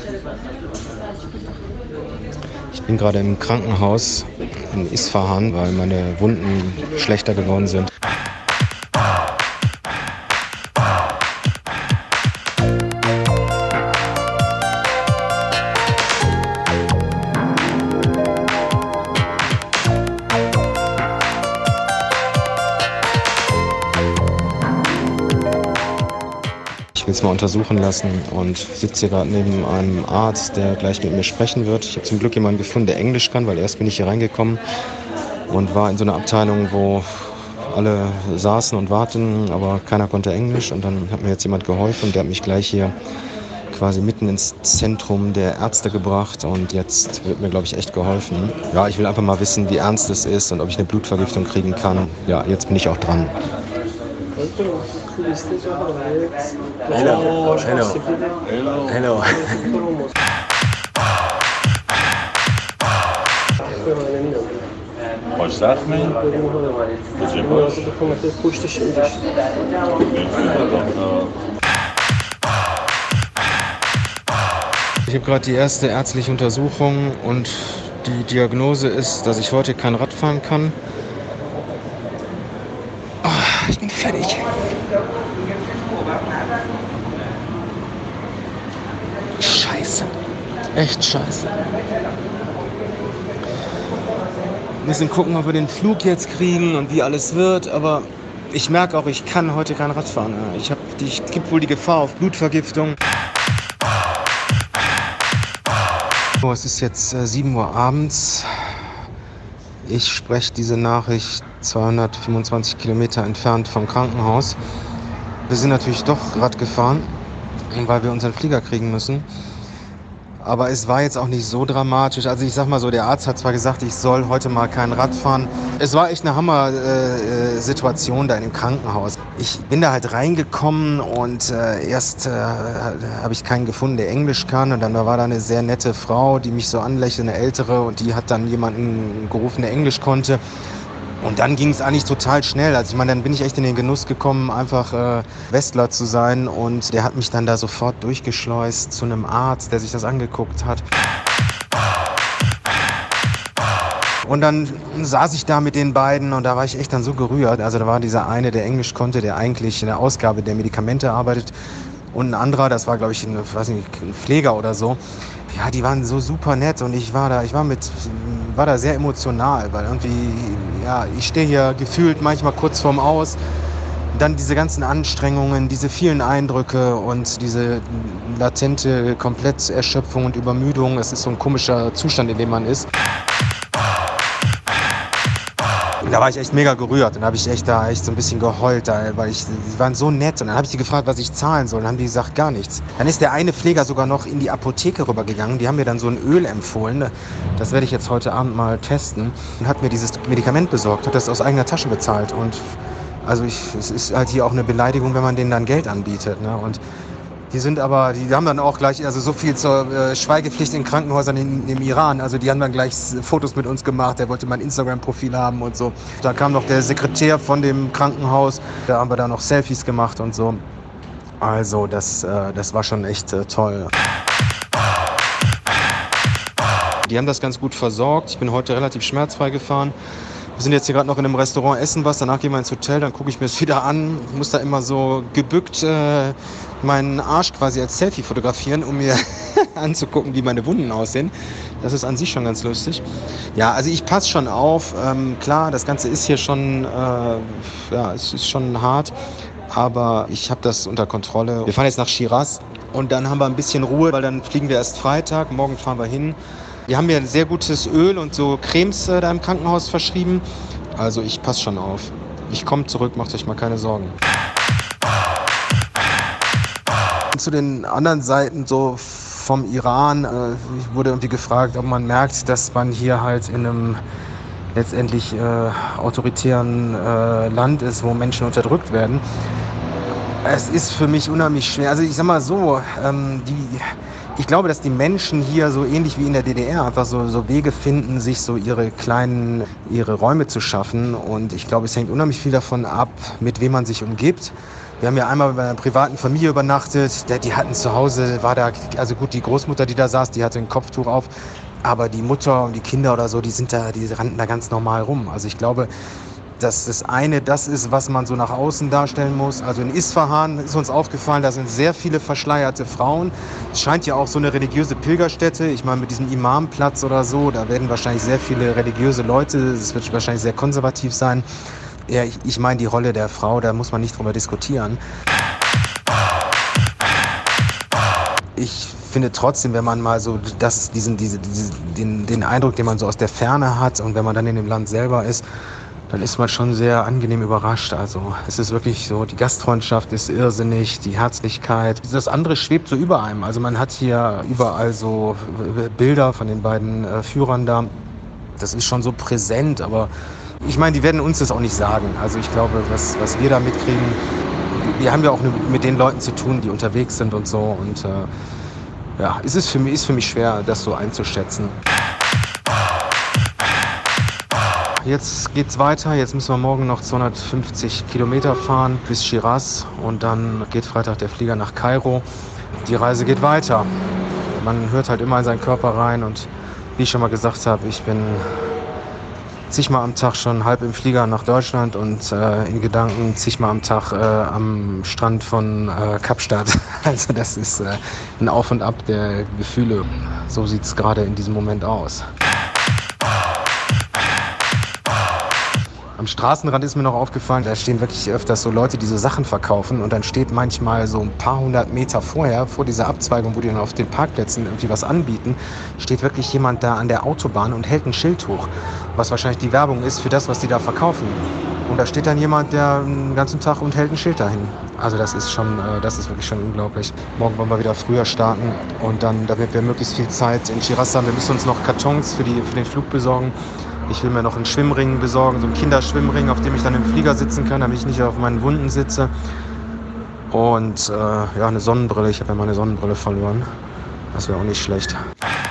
Ich bin gerade im Krankenhaus in Isfahan, weil meine Wunden schlechter geworden sind. Ich will es mal untersuchen lassen und sitze hier gerade neben einem Arzt, der gleich mit mir sprechen wird. Ich habe zum Glück jemanden gefunden, der Englisch kann, weil erst bin ich hier reingekommen und war in so einer Abteilung, wo alle saßen und warten, aber keiner konnte Englisch. Und dann hat mir jetzt jemand geholfen, der hat mich gleich hier quasi mitten ins Zentrum der Ärzte gebracht und jetzt wird mir, glaube ich, echt geholfen. Ja, ich will einfach mal wissen, wie ernst es ist und ob ich eine Blutvergiftung kriegen kann. Ja, jetzt bin ich auch dran. Hello. Hello. Хочешь сахарный? Ich habe gerade die erste ärztliche Untersuchung und die Diagnose ist, dass ich heute kein Rad fahren kann. Oh, ich bin fertig. Scheiße. Echt scheiße. Wir müssen gucken, ob wir den Flug jetzt kriegen und wie alles wird, aber ich merke auch, ich kann heute kein Rad fahren. Es gibt wohl die Gefahr auf Blutvergiftung. So, es ist jetzt 7 Uhr abends. Ich spreche diese Nachricht 225 Kilometer entfernt vom Krankenhaus. Wir sind natürlich doch Rad gefahren, weil wir unseren Flieger kriegen müssen. Aber es war jetzt auch nicht so dramatisch. Also ich sag mal so, der Arzt hat zwar gesagt, ich soll heute mal kein Rad fahren. Es war echt eine Hammer-Situation da in dem Krankenhaus. Ich bin da halt reingekommen und erst habe ich keinen gefunden, der Englisch kann. Und dann war da eine sehr nette Frau, die mich so anlächelte, eine ältere. Und die hat dann jemanden gerufen, der Englisch konnte. Und dann ging es eigentlich total schnell. Also ich meine, dann bin ich echt in den Genuss gekommen, einfach Westler zu sein. Und der hat mich dann da sofort durchgeschleust zu einem Arzt, der sich das angeguckt hat. Und dann saß ich da mit den beiden und da war ich echt dann so gerührt. Also da war dieser eine, der Englisch konnte, der eigentlich in der Ausgabe der Medikamente arbeitet. Und ein anderer, das war glaube ich ein Pfleger oder so. Ja, die waren so super nett und ich war da sehr emotional, weil irgendwie, ja, ich stehe hier gefühlt manchmal kurz vorm Aus. Dann diese ganzen Anstrengungen, diese vielen Eindrücke und diese latente Kompletterschöpfung und Übermüdung. Es ist so ein komischer Zustand, in dem man ist. Da war ich echt mega gerührt und habe ich echt so ein bisschen geheult, weil die waren so nett. Und dann habe ich die gefragt, was ich zahlen soll. Und dann haben die gesagt, gar nichts. Dann ist der eine Pfleger sogar noch in die Apotheke rübergegangen. Die haben mir dann so ein Öl empfohlen. Das werde ich jetzt heute Abend mal testen. Und hat mir dieses Medikament besorgt, hat das aus eigener Tasche bezahlt. Und also es ist halt hier auch eine Beleidigung, wenn man denen dann Geld anbietet. Ne? Und die haben dann auch gleich, also so viel zur Schweigepflicht in Krankenhäusern im Iran. Also die haben dann gleich Fotos mit uns gemacht. Der wollte mein Instagram-Profil haben und so. Da kam noch der Sekretär von dem Krankenhaus. Da haben wir da noch Selfies gemacht und so. Also das war schon echt toll. Die haben das ganz gut versorgt. Ich bin heute relativ schmerzfrei gefahren. Wir sind jetzt hier gerade noch in einem Restaurant, essen was, danach gehen wir ins Hotel, dann gucke ich mir es wieder an. Ich muss da immer so gebückt meinen Arsch quasi als Selfie fotografieren, um mir anzugucken, wie meine Wunden aussehen. Das ist an sich schon ganz lustig. Ja, also ich passe schon auf. Klar, das Ganze ist hier schon, es ist schon hart, aber ich habe das unter Kontrolle. Wir fahren jetzt nach Schiraz und dann haben wir ein bisschen Ruhe, weil dann fliegen wir erst Freitag, morgen fahren wir hin. Die haben mir ein sehr gutes Öl und so Cremes da im Krankenhaus verschrieben. Also ich passe schon auf. Ich komme zurück, macht euch mal keine Sorgen. Zu den anderen Seiten so vom Iran, ich wurde irgendwie gefragt, ob man merkt, dass man hier halt in einem letztendlich autoritären Land ist, wo Menschen unterdrückt werden. Es ist für mich unheimlich schwer. Also ich sag mal so, ich glaube, dass die Menschen hier so ähnlich wie in der DDR einfach so Wege finden, sich so ihre Räume zu schaffen. Und ich glaube, es hängt unheimlich viel davon ab, mit wem man sich umgibt. Wir haben ja einmal bei einer privaten Familie übernachtet. Die hatten zu Hause, also gut, die Großmutter, die da saß, die hatte ein Kopftuch auf. Aber die Mutter und die Kinder oder so, die rannten da ganz normal rum. Also ich glaube, dass das eine das ist, was man so nach außen darstellen muss. Also in Isfahan ist uns aufgefallen, da sind sehr viele verschleierte Frauen. Es scheint ja auch so eine religiöse Pilgerstätte. Ich meine, mit diesem Imamplatz oder so, da werden wahrscheinlich sehr viele religiöse Leute, es wird wahrscheinlich sehr konservativ sein. Ja, ich meine, die Rolle der Frau, da muss man nicht drüber diskutieren. Ich finde trotzdem, wenn man mal so den Eindruck, den man so aus der Ferne hat und wenn man dann in dem Land selber ist, dann ist man schon sehr angenehm überrascht. Also es ist wirklich so, die Gastfreundschaft ist irrsinnig, die Herzlichkeit. Das andere schwebt so über einem. Also man hat hier überall so Bilder von den beiden Führern da. Das ist schon so präsent, aber ich meine, die werden uns das auch nicht sagen. Also ich glaube, was wir da mitkriegen, wir haben ja auch mit den Leuten zu tun, die unterwegs sind und so. Und ja, es ist für mich schwer, das so einzuschätzen. Jetzt geht's weiter. Jetzt müssen wir morgen noch 250 Kilometer fahren bis Schiraz und dann geht Freitag der Flieger nach Kairo. Die Reise geht weiter. Man hört halt immer in seinen Körper rein und wie ich schon mal gesagt habe, ich bin zigmal am Tag schon halb im Flieger nach Deutschland und in Gedanken zigmal am Tag am Strand von Kapstadt. Also das ist ein Auf und Ab der Gefühle. So sieht es gerade in diesem Moment aus. Am Straßenrand ist mir noch aufgefallen, da stehen wirklich öfters so Leute, die so Sachen verkaufen und dann steht manchmal so ein paar hundert Meter vorher, vor dieser Abzweigung, wo die dann auf den Parkplätzen irgendwie was anbieten, steht wirklich jemand da an der Autobahn und hält ein Schild hoch, was wahrscheinlich die Werbung ist für das, was die da verkaufen. Und da steht dann jemand, der den ganzen Tag und hält ein Schild dahin. Also das ist wirklich schon unglaublich. Morgen wollen wir wieder früher starten und dann, damit wir möglichst viel Zeit in Schiraz haben, wir müssen uns noch Kartons für den Flug besorgen. Ich will mir noch einen Schwimmring besorgen, so einen Kinderschwimmring, auf dem ich dann im Flieger sitzen kann, damit ich nicht auf meinen Wunden sitze. Und eine Sonnenbrille. Ich habe ja meine Sonnenbrille verloren. Das wäre auch nicht schlecht.